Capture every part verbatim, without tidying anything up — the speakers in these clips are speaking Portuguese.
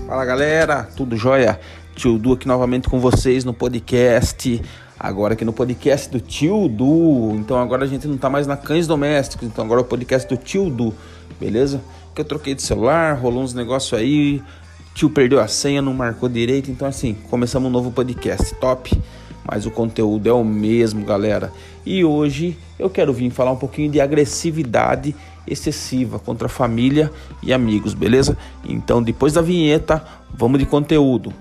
Fala galera, tudo jóia? Tio Du aqui novamente com vocês no podcast. Agora aqui no podcast do Tio Du. Então agora a gente não tá mais na Cães Domésticos, então agora é o podcast do Tio Du, beleza? Que eu troquei de celular, rolou uns negócios aí, tio perdeu a senha, não marcou direito, então assim, começamos um novo podcast, top. Mas o conteúdo é o mesmo, galera. E hoje eu quero vir falar um pouquinho de agressividade excessiva contra a família e amigos, beleza? Então depois da vinheta, vamos de conteúdo.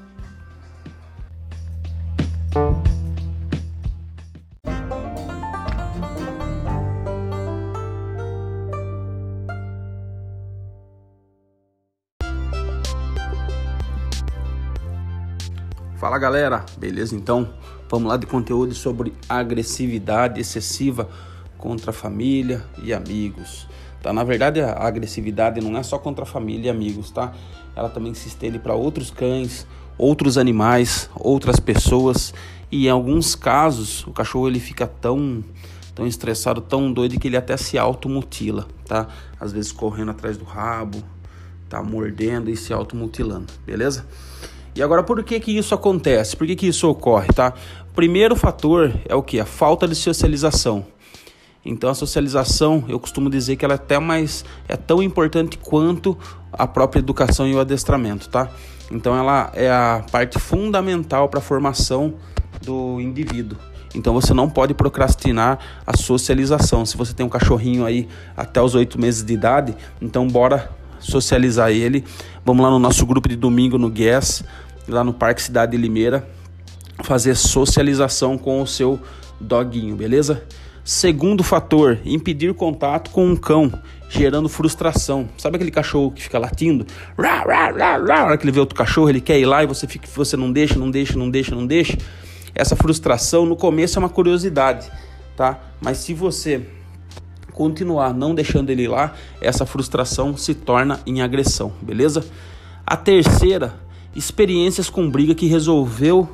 Fala galera, beleza? Então vamos lá de conteúdo sobre agressividade excessiva contra a família e amigos, tá? Na verdade a agressividade não é só contra a família e amigos, tá? Ela também se estende para outros cães, outros animais, outras pessoas, e em alguns casos o cachorro ele fica tão, tão estressado, tão doido que ele até se automutila, tá? Às vezes correndo atrás do rabo, tá mordendo e se automutilando, beleza? E agora, por que que isso acontece? Por que que isso ocorre, tá? O primeiro fator é o que? A falta de socialização. Então, a socialização, eu costumo dizer que ela é até mais, é tão importante quanto a própria educação e o adestramento, tá? Então, ela é a parte fundamental para a formação do indivíduo. Então, você não pode procrastinar a socialização. Se você tem um cachorrinho aí até os oito meses de idade, então bora socializar ele. Vamos lá no nosso grupo de domingo no Guess, lá no Parque Cidade de Limeira, fazer socialização com o seu doguinho, beleza? Segundo fator, impedir contato com um cão, gerando frustração. Sabe aquele cachorro que fica latindo? Rá, rá, rá, rá. Na hora que ele vê outro cachorro, ele quer ir lá e você, fica, você não deixa, não deixa, não deixa, não deixa. Essa frustração no começo é uma curiosidade, tá? Mas se você continuar não deixando ele ir lá, essa frustração se torna em agressão, beleza? A terceira, experiências com briga que resolveu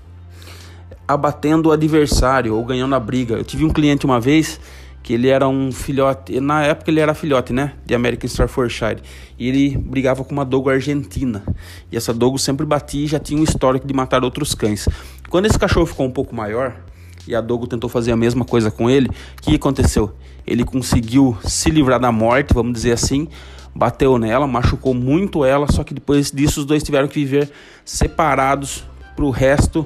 abatendo o adversário ou ganhando a briga. Eu tive um cliente uma vez que ele era um filhote, na época ele era filhote, né, de American Staffordshire, e ele brigava com uma dogo argentina, e essa dogo sempre batia e já tinha um histórico de matar outros cães. Quando esse cachorro ficou um pouco maior e a dogo tentou fazer a mesma coisa com ele, o que aconteceu? Ele conseguiu se livrar da morte, vamos dizer assim, bateu nela, machucou muito ela, só que depois disso os dois tiveram que viver separados para o resto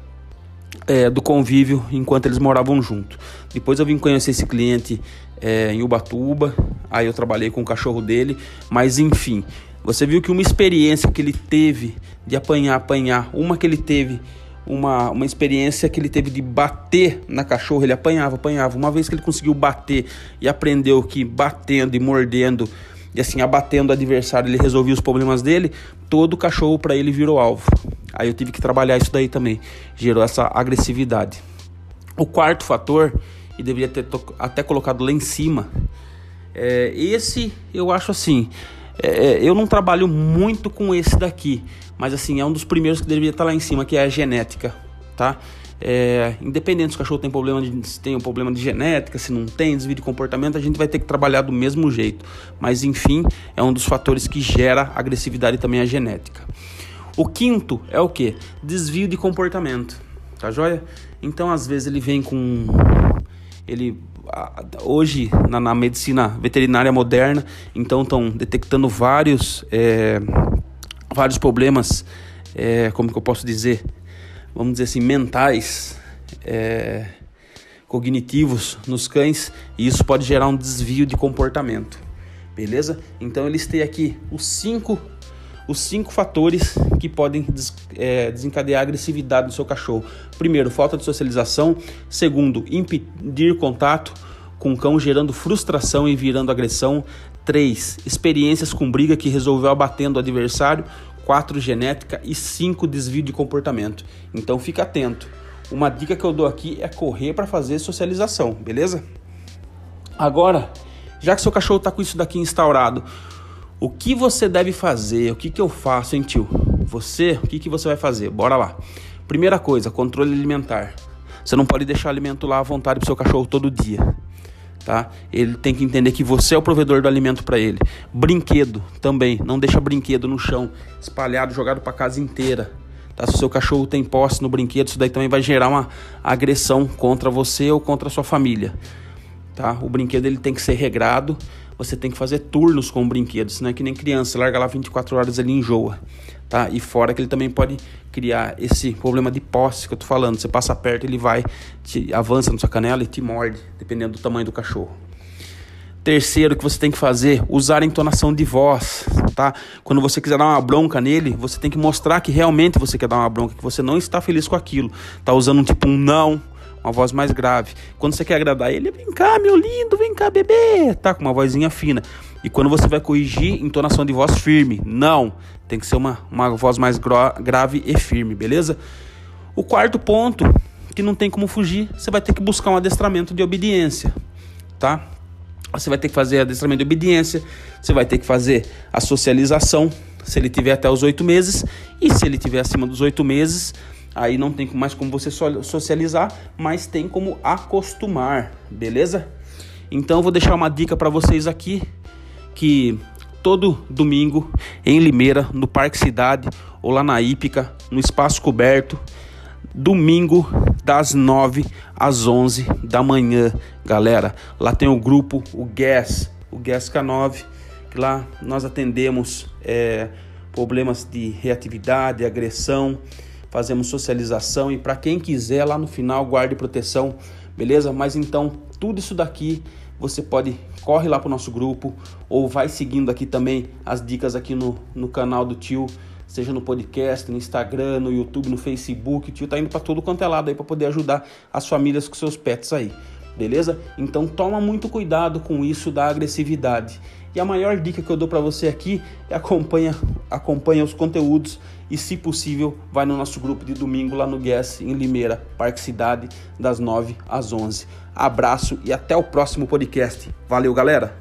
é, do convívio enquanto eles moravam juntos. Depois eu vim conhecer esse cliente é, em Ubatuba, aí eu trabalhei com o cachorro dele, mas enfim, você viu que uma experiência que ele teve de apanhar, apanhar, uma que ele teve Uma, uma experiência que ele teve de bater na cachorra, ele apanhava, apanhava. Uma vez que ele conseguiu bater e aprendeu que batendo e mordendo e assim abatendo o adversário ele resolvia os problemas dele, todo cachorro para ele virou alvo. Aí eu tive que trabalhar isso daí também, gerou essa agressividade. O quarto fator, e deveria ter to- até colocado lá em cima, é, esse eu acho assim, é, eu não trabalho muito com esse daqui, mas assim, é um dos primeiros que deveria estar lá em cima, que é a genética, tá? É, independente se o cachorro tem problema de, se tem um problema de genética, se não tem, desvio de comportamento, a gente vai ter que trabalhar do mesmo jeito. Mas enfim, é um dos fatores que gera agressividade também, a genética. O quinto é o quê? Desvio de comportamento, tá joia? Então às vezes ele vem com... ele hoje na, na medicina veterinária moderna, então estão detectando vários... É, vários problemas, é, como que eu posso dizer, vamos dizer assim, mentais, é, cognitivos nos cães, e isso pode gerar um desvio de comportamento, beleza? Então eles têm aqui os cinco, os cinco fatores que podem des, é, desencadear a agressividade do seu cachorro. Primeiro, falta de socialização. Segundo, impedir contato com o cão, gerando frustração e virando agressão. três. Experiências com briga que resolveu abatendo o adversário. quatro. Genética. E cinco. Desvio de comportamento. Então fica atento. Uma dica que eu dou aqui é correr para fazer socialização, beleza? Agora, já que seu cachorro está com isso daqui instaurado, o que você deve fazer? O que, que eu faço, hein, tio? Você, o que, que você vai fazer? Bora lá. Primeira coisa, controle alimentar. Você não pode deixar alimento lá à vontade para o seu cachorro todo dia. tá? Ele tem que entender que você é o provedor do alimento para ele. Brinquedo também, não deixa brinquedo no chão, espalhado, jogado para casa inteira, tá? Se o seu cachorro tem posse no brinquedo, isso daí também vai gerar uma agressão contra você ou contra a sua família, tá? O brinquedo ele tem que ser regrado, você tem que fazer turnos com o brinquedo, senão é que nem criança, larga lá vinte e quatro horas, ele enjoa, tá? E fora que ele também pode criar esse problema de posse que eu tô falando, você passa perto, ele vai, te avança na sua canela e te morde, dependendo do tamanho do cachorro. Terceiro que você tem que fazer, usar a entonação de voz, tá? Quando você quiser dar uma bronca nele, você tem que mostrar que realmente você quer dar uma bronca, que você não está feliz com aquilo, tá usando um tipo um não, uma voz mais grave. Quando você quer agradar ele, vem cá, meu lindo, vem cá, bebê, tá? Com uma vozinha fina. E quando você vai corrigir, entonação de voz firme, não, tem que ser uma, uma voz mais grave e firme, beleza? O quarto ponto, que não tem como fugir, você vai ter que buscar um adestramento de obediência, tá? Você vai ter que fazer adestramento de obediência, você vai ter que fazer a socialização, se ele tiver até os oito meses, e se ele tiver acima dos oito meses, aí não tem mais como você socializar, mas tem como acostumar, beleza? Então eu vou deixar uma dica para vocês aqui, que todo domingo em Limeira, no Parque Cidade ou lá na Hípica, no espaço coberto, domingo das nove às onze da manhã, galera. Lá tem o grupo, o G A S, o G A S K nove, que lá nós atendemos é, problemas de reatividade, agressão, fazemos socialização e para quem quiser lá no final guarde proteção, beleza? Mas então tudo isso daqui você pode, corre lá para o nosso grupo ou vai seguindo aqui também as dicas aqui no, no canal do tio, seja no podcast, no Instagram, no YouTube, no Facebook. O tio tá indo para todo quanto é lado aí para poder ajudar as famílias com seus pets aí, beleza? Então toma muito cuidado com isso da agressividade. E a maior dica que eu dou para você aqui é acompanha, acompanha os conteúdos e, se possível, vai no nosso grupo de domingo lá no G A S em Limeira, Parque Cidade, das nove às onze. Abraço e até o próximo podcast. Valeu, galera!